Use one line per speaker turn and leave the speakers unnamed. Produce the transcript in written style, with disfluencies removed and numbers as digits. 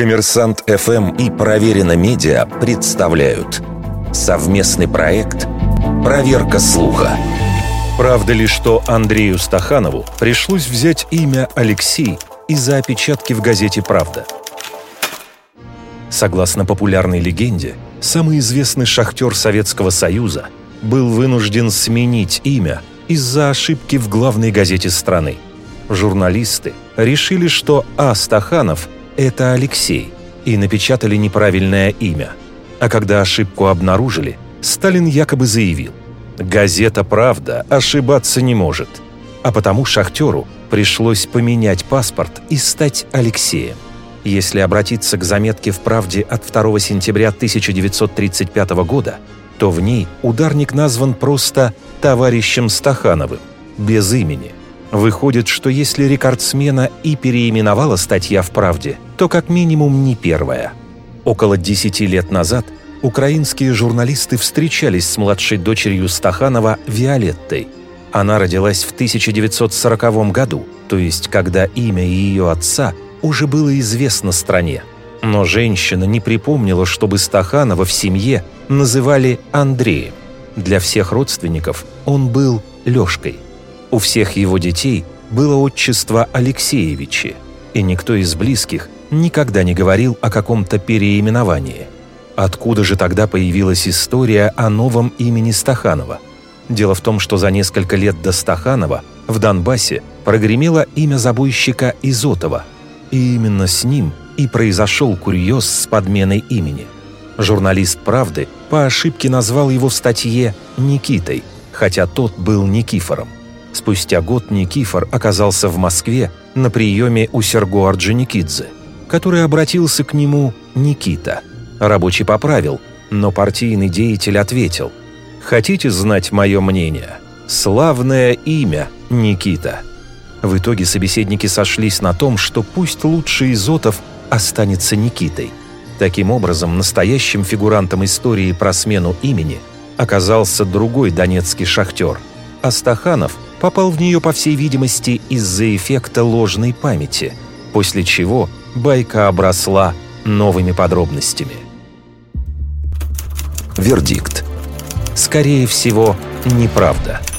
Коммерсант ФМ и Проверено Медиа представляют совместный проект «Проверка слуха».
Правда ли, что Андрею Стаханову пришлось взять имя Алексей из-за опечатки в газете «Правда»? Согласно популярной легенде, самый известный шахтер Советского Союза был вынужден сменить имя из-за ошибки в главной газете страны. Журналисты решили, что Стаханов – это Алексей, и напечатали неправильное имя. А когда ошибку обнаружили, Сталин якобы заявил: «Газета «Правда» ошибаться не может», а потому шахтеру пришлось поменять паспорт и стать Алексеем. Если обратиться к заметке в «Правде» от 2 сентября 1935 года, то в ней ударник назван просто товарищем Стахановым, без имени. Выходит, что если рекордсмена и переименовала статья в «Правде», то как минимум не первая. Около 10 лет назад украинские журналисты встречались с младшей дочерью Стаханова Виолеттой. Она родилась в 1940 году, то есть когда имя ее отца уже было известно стране. Но женщина не припомнила, чтобы Стаханова в семье называли Андреем. Для всех родственников он был Лешкой. У всех его детей было отчество Алексеевичи, и никто из близких никогда не говорил о каком-то переименовании. Откуда же тогда появилась история о новом имени Стаханова? Дело в том, что за несколько лет до Стаханова в Донбассе прогремело имя забойщика Изотова, и именно с ним и произошел курьез с подменой имени. Журналист «Правды» по ошибке назвал его в статье Никитой, хотя тот был Никифором. Спустя год Никифор оказался в Москве на приеме у Серго Орджоникидзе, который обратился к нему Никита. Рабочий поправил, но партийный деятель ответил: «Хотите знать мое мнение? Славное имя Никита». В итоге собеседники сошлись на том, что пусть лучше Изотов останется Никитой. Таким образом, настоящим фигурантом истории про смену имени оказался другой донецкий шахтер, а Стаханов попал в нее, по всей видимости, из-за эффекта ложной памяти, после чего байка обросла новыми подробностями.
Вердикт.
Скорее всего, неправда.